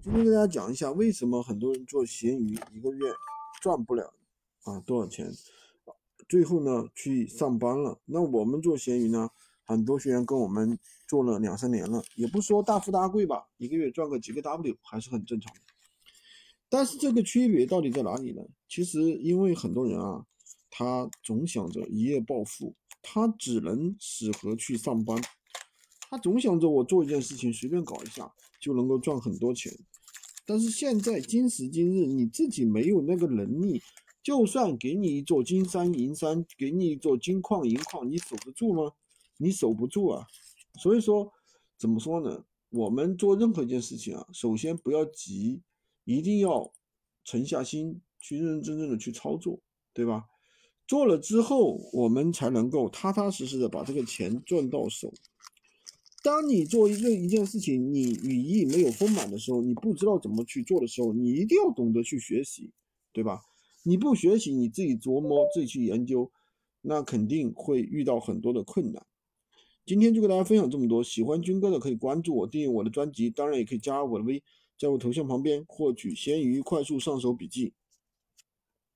今天跟大家讲一下，为什么很多人做闲鱼一个月赚不了多少钱，最后呢去上班了。那我们做闲鱼呢，很多学员跟我们做了2、3年了，也不说大富大贵吧，一个月赚个几个 W 还是很正常的。但是这个区别到底在哪里呢？其实因为很多人他总想着一夜暴富，他只能适合去上班，他总想着我做一件事情随便搞一下就能够赚很多钱。但是现在今时今日，你自己没有那个能力，就算给你一座金山银山，给你一座金矿银矿，你守得住吗？你守不住啊。所以说，怎么说呢？我们做任何一件事情首先不要急，一定要沉下心去认认真真的去操作，对吧？做了之后，我们才能够踏踏实实的把这个钱赚到手。当你做一件事情，你羽翼没有丰满的时候，你不知道怎么去做的时候，你一定要懂得去学习，对吧？你不学习，你自己琢磨，自己去研究，那肯定会遇到很多的困难。今天就跟大家分享这么多，喜欢军哥的可以关注我，订阅我的专辑，当然也可以加我的微，在我头像旁边获取闲鱼快速上手笔记。